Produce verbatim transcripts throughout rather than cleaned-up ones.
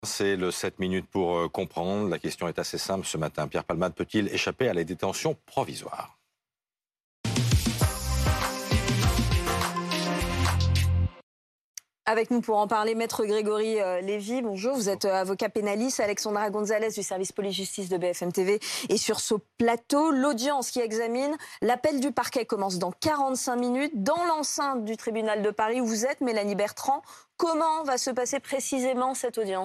C'est le sept minutes pour comprendre. La question est assez simple ce matin. Pierre Palmade peut-il échapper à la détention provisoire? Avec nous pour en parler, Maître Grégory euh, Lévy, bonjour. Vous êtes euh, avocat pénaliste. Alexandra Gonzalez du service police-justice de B F M T V et sur ce plateau. L'audience qui examine l'appel du parquet commence dans quarante-cinq minutes dans l'enceinte du tribunal de Paris où vous êtes, Mélanie Bertrand. Comment va se passer précisément cette audience ?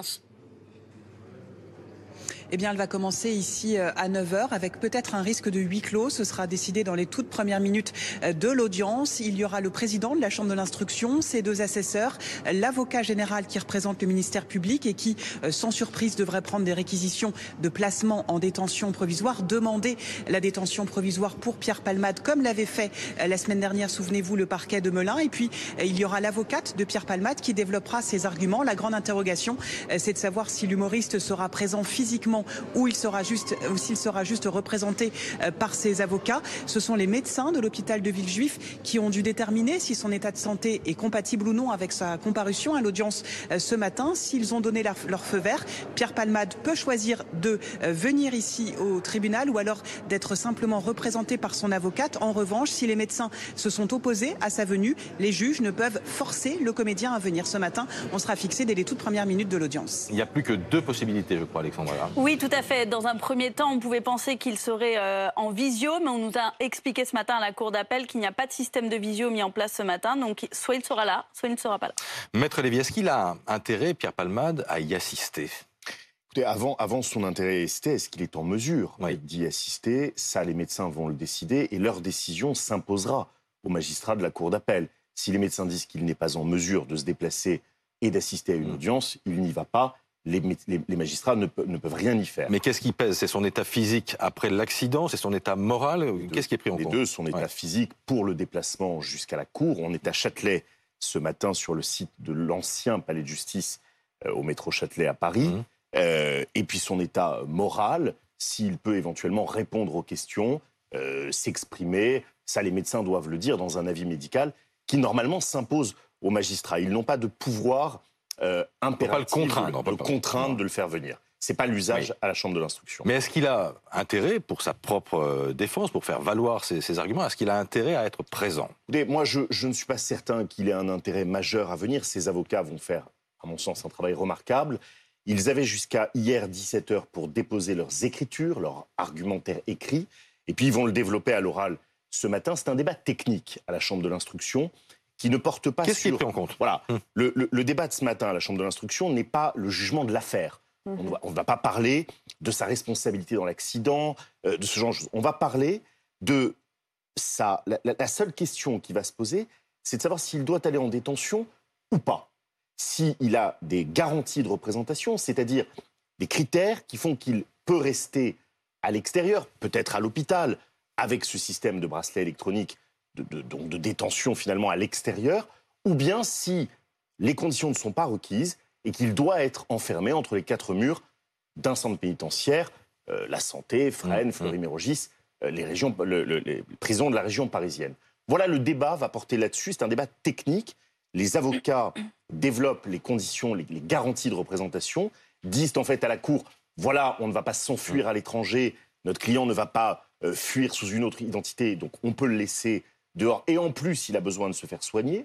Eh bien, elle va commencer ici à neuf heures avec peut-être un risque de huis clos. Ce sera décidé dans les toutes premières minutes de l'audience. Il y aura le président de la Chambre de l'instruction, ses deux assesseurs, l'avocat général qui représente le ministère public et qui, sans surprise, devrait prendre des réquisitions de placement en détention provisoire, demander la détention provisoire pour Pierre Palmade, comme l'avait fait la semaine dernière, souvenez-vous, le parquet de Melun. Et puis, il y aura l'avocate de Pierre Palmade qui développera ses arguments. La grande interrogation, c'est de savoir si l'humoriste sera présent physiquement ou il sera juste, ou s'il sera juste représenté par ses avocats. Ce sont les médecins de l'hôpital de Villejuif qui ont dû déterminer si son état de santé est compatible ou non avec sa comparution à l'audience ce matin. S'ils ont donné leur feu vert, Pierre Palmade peut choisir de venir ici au tribunal ou alors d'être simplement représenté par son avocate. En revanche, si les médecins se sont opposés à sa venue, les juges ne peuvent forcer le comédien à venir ce matin. On sera fixé dès les toutes premières minutes de l'audience. Il n'y a plus que deux possibilités, je crois, Alexandra. Oui, tout à fait. Dans un premier temps, on pouvait penser qu'il serait euh, en visio, mais on nous a expliqué ce matin à la cour d'appel qu'il n'y a pas de système de visio mis en place ce matin. Donc, soit il sera là, soit il ne sera pas là. Maître Lévy, est-ce qu'il a intérêt, Pierre Palmade, à y assister? Écoutez, avant, avant son intérêt à y assister, est-ce qu'il est en mesure oui. d'y assister? Ça, les médecins vont le décider et leur décision s'imposera aux magistrats de la cour d'appel. Si les médecins disent qu'il n'est pas en mesure de se déplacer et d'assister à une mmh. audience, il n'y va pas. Les, les, les magistrats ne, pe, ne peuvent rien y faire. Mais qu'est-ce qui pèse? C'est son état physique après l'accident? C'est son état moral? Qu'est-ce qui est pris en les compte? Les deux, son état ouais. physique pour le déplacement jusqu'à la cour. On est à Châtelet ce matin sur le site de l'ancien palais de justice euh, au métro Châtelet à Paris. Mmh. Euh, et puis son état moral, s'il peut éventuellement répondre aux questions, euh, s'exprimer. Ça, les médecins doivent le dire dans un avis médical qui normalement s'impose aux magistrats. Ils n'ont pas de pouvoir Euh, impératif pas le contraindre, de, de, contraindre de le faire venir. Ce n'est pas l'usage oui. à la Chambre de l'instruction. Mais est-ce qu'il a intérêt, pour sa propre défense, pour faire valoir ses, ses arguments, est-ce qu'il a intérêt à être présent? Écoutez, moi, je, je ne suis pas certain qu'il ait un intérêt majeur à venir. Ses avocats vont faire, à mon sens, un travail remarquable. Ils avaient jusqu'à hier dix-sept heures pour déposer leurs écritures, leurs argumentaires écrits, et puis ils vont le développer à l'oral ce matin. C'est un débat technique à la Chambre de l'instruction qui ne porte pas Qu'est-ce sur... qui est pris en compte? Voilà. Hum. Le, le, le débat de ce matin à la Chambre de l'instruction n'est pas le jugement de l'affaire. Hum. On ne va pas parler de sa responsabilité dans l'accident, euh, de ce genre de choses. On va parler de sa... La, la, la seule question qui va se poser, c'est de savoir s'il doit aller en détention ou pas. S'il a des garanties de représentation, c'est-à-dire des critères qui font qu'il peut rester à l'extérieur, peut-être à l'hôpital, avec ce système de bracelet électronique, De, de, donc de détention finalement à l'extérieur, ou bien si les conditions ne sont pas requises et qu'il doit être enfermé entre les quatre murs d'un centre pénitentiaire, euh, la Santé, Fresnes, mmh, Fleury-Mérogis, euh, les, régions, le, le, les prisons de la région parisienne. Voilà, le débat va porter là-dessus, c'est un débat technique. Les avocats développent les conditions, les, les garanties de représentation, disent en fait à la Cour, voilà, on ne va pas s'enfuir à l'étranger, notre client ne va pas euh, fuir sous une autre identité, donc on peut le laisser dehors, et en plus, il a besoin de se faire soigner.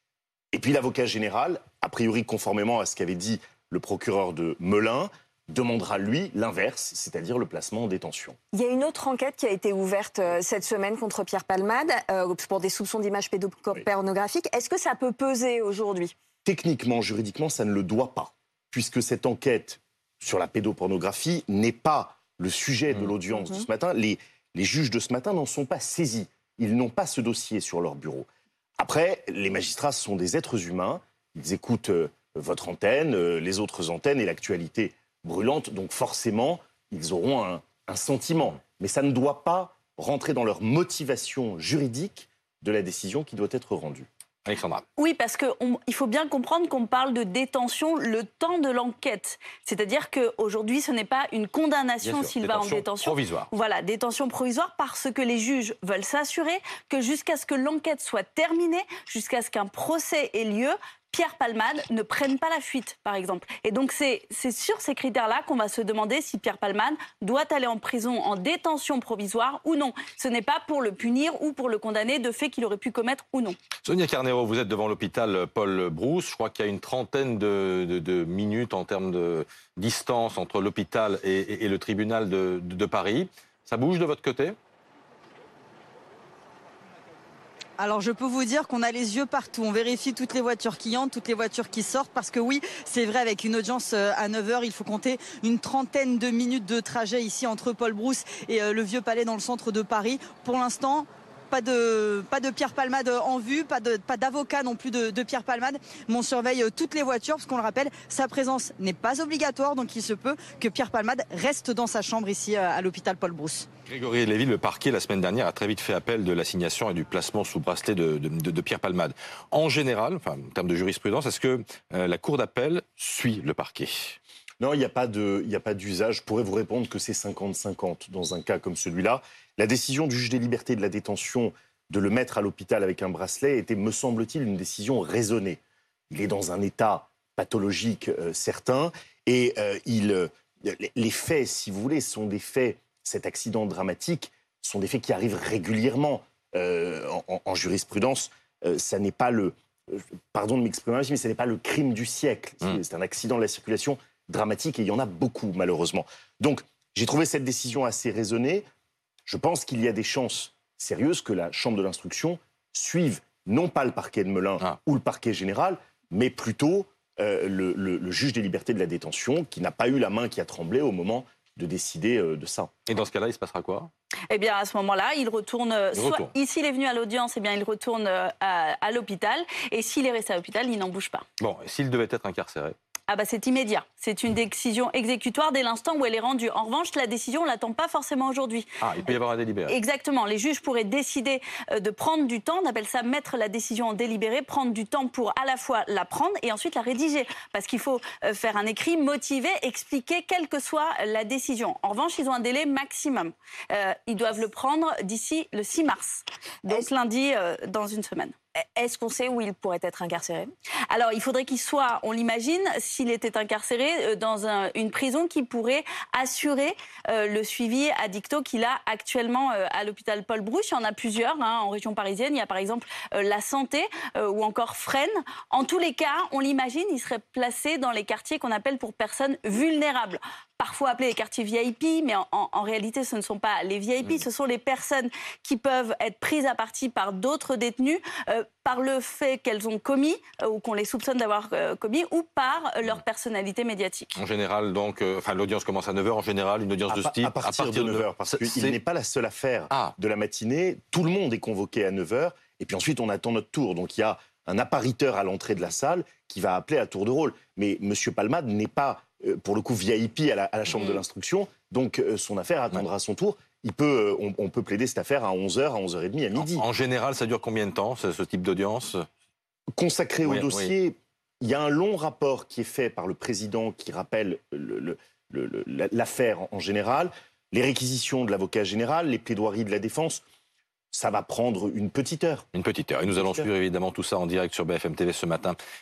Et puis l'avocat général, a priori conformément à ce qu'avait dit le procureur de Melun, demandera, lui, l'inverse, c'est-à-dire le placement en détention. Il y a une autre enquête qui a été ouverte euh, cette semaine contre Pierre Palmade euh, pour des soupçons d'images pédopornographiques. Oui. Est-ce que ça peut peser aujourd'hui? Techniquement, juridiquement, ça ne le doit pas, puisque cette enquête sur la pédopornographie n'est pas le sujet de l'audience mmh. de ce matin. Les, les juges de ce matin n'en sont pas saisis. Ils n'ont pas ce dossier sur leur bureau. Après, les magistrats sont des êtres humains. Ils écoutent euh, votre antenne, euh, les autres antennes et l'actualité brûlante. Donc forcément, ils auront un, un sentiment. Mais ça ne doit pas rentrer dans leur motivation juridique de la décision qui doit être rendue. Alexandra. Oui, parce qu'il faut bien comprendre qu'on parle de détention le temps de l'enquête. C'est-à-dire qu'aujourd'hui, ce n'est pas une condamnation s'il va en détention. Provisoire. Voilà, détention provisoire, parce que les juges veulent s'assurer que jusqu'à ce que l'enquête soit terminée, jusqu'à ce qu'un procès ait lieu, Pierre Palmade ne prenne pas la fuite, par exemple. Et donc, c'est sur ces critères-là qu'on va se demander si Pierre Palmade doit aller en prison, en détention provisoire ou non. Ce n'est pas pour le punir ou pour le condamner de faits qu'il aurait pu commettre ou non. Sonia Carneiro, vous êtes devant l'hôpital Paul Brousse. Je crois qu'il y a une trentaine de, de, de minutes en termes de distance entre l'hôpital et, et, et le tribunal de, de, de Paris. Ça bouge de votre côté ? Alors je peux vous dire qu'on a les yeux partout, on vérifie toutes les voitures qui entrent, toutes les voitures qui sortent, parce que oui, c'est vrai, avec une audience à neuf heures, il faut compter une trentaine de minutes de trajet ici entre Paul Brousse et le Vieux Palais dans le centre de Paris. Pour l'instant, pas de, pas de Pierre Palmade en vue, pas de, pas d'avocat non plus de, de Pierre Palmade, mais on surveille toutes les voitures, parce qu'on le rappelle, sa présence n'est pas obligatoire, donc il se peut que Pierre Palmade reste dans sa chambre ici à l'hôpital Paul Brousse. Grégory Lévy, le parquet, la semaine dernière, a très vite fait appel de l'assignation et du placement sous bracelet de, de, de, de Pierre Palmade. En général, enfin, en termes de jurisprudence, est-ce que euh, la cour d'appel suit le parquet ? Non, il n'y a pas d'usage. Je pourrais vous répondre que c'est cinquante cinquante dans un cas comme celui-là. La décision du juge des libertés et de la détention de le mettre à l'hôpital avec un bracelet était, me semble-t-il, une décision raisonnée. Il est dans un état pathologique euh, certain et euh, il, euh, les faits, si vous voulez, sont des faits, cet accident dramatique, sont des faits qui arrivent régulièrement euh, en, en jurisprudence. Euh, ça n'est pas le, pardon de m'exprimer ainsi, mais ce n'est pas le crime du siècle. Mmh. C'est un accident de la circulation dramatique et il y en a beaucoup, malheureusement. Donc, j'ai trouvé cette décision assez raisonnée. Je pense qu'il y a des chances sérieuses que la Chambre de l'instruction suive non pas le parquet de Melun ah. ou le parquet général, mais plutôt euh, le, le, le juge des libertés de la détention qui n'a pas eu la main qui a tremblé au moment de décider euh, de ça. Et dans ce cas-là, il se passera quoi ? Eh bien, à ce moment-là, il retourne. Il soit, retourne. S'il est venu à l'audience, eh bien, il retourne à, à l'hôpital. Et s'il est resté à l'hôpital, il n'en bouge pas. Bon, s'il devait être incarcéré ? Ah bah c'est immédiat. C'est une décision exécutoire dès l'instant où elle est rendue. En revanche, la décision, on ne l'attend pas forcément aujourd'hui. Ah, il peut y avoir un délibéré. Exactement. Les juges pourraient décider de prendre du temps. On appelle ça mettre la décision en délibéré, prendre du temps pour à la fois la prendre et ensuite la rédiger. Parce qu'il faut faire un écrit motivé, expliquer quelle que soit la décision. En revanche, ils ont un délai maximum. Euh, ils doivent le prendre d'ici le six mars. Donc lundi, euh, dans une semaine. Est-ce qu'on sait où il pourrait être incarcéré ? Alors, il faudrait qu'il soit, on l'imagine, s'il était incarcéré dans un, une prison qui pourrait assurer euh, le suivi addicto qu'il a actuellement euh, à l'hôpital Paul Brousse. Il y en a plusieurs hein, en région parisienne. Il y a par exemple euh, La Santé euh, ou encore Fresnes. En tous les cas, on l'imagine, il serait placé dans les quartiers qu'on appelle pour personnes vulnérables. Parfois appelés les quartiers V I P, mais en, en, en réalité, ce ne sont pas les V I P, ce sont les personnes qui peuvent être prises à partie par d'autres détenus, euh, par le fait qu'elles ont commis, euh, ou qu'on les soupçonne d'avoir euh, commis, ou par euh, leur personnalité médiatique. En général, donc, euh, enfin, l'audience commence à neuf heures, en général, une audience à de ce type. À partir, à partir de neuf heures, parce qu'il n'est pas la seule affaire ah. de la matinée. Tout le monde est convoqué à neuf heures, et puis ensuite, on attend notre tour. Donc, il y a un appariteur à l'entrée de la salle qui va appeler à tour de rôle. Mais M. Palmade n'est pas... pour le coup, V I P à la, à la Chambre mmh. de l'instruction. Donc, euh, son affaire attendra son tour. Il peut, euh, on, on peut plaider cette affaire à onze heures, à onze heures trente, à midi. En, en général, ça dure combien de temps, ce, ce type d'audience ? Consacré oui, au dossier, oui. il y a un long rapport qui est fait par le président qui rappelle le, le, le, le, l'affaire en général, les réquisitions de l'avocat général, les plaidoiries de la défense. Ça va prendre une petite heure. Une petite heure. Et nous allons suivre évidemment tout ça en direct sur B F M T V ce matin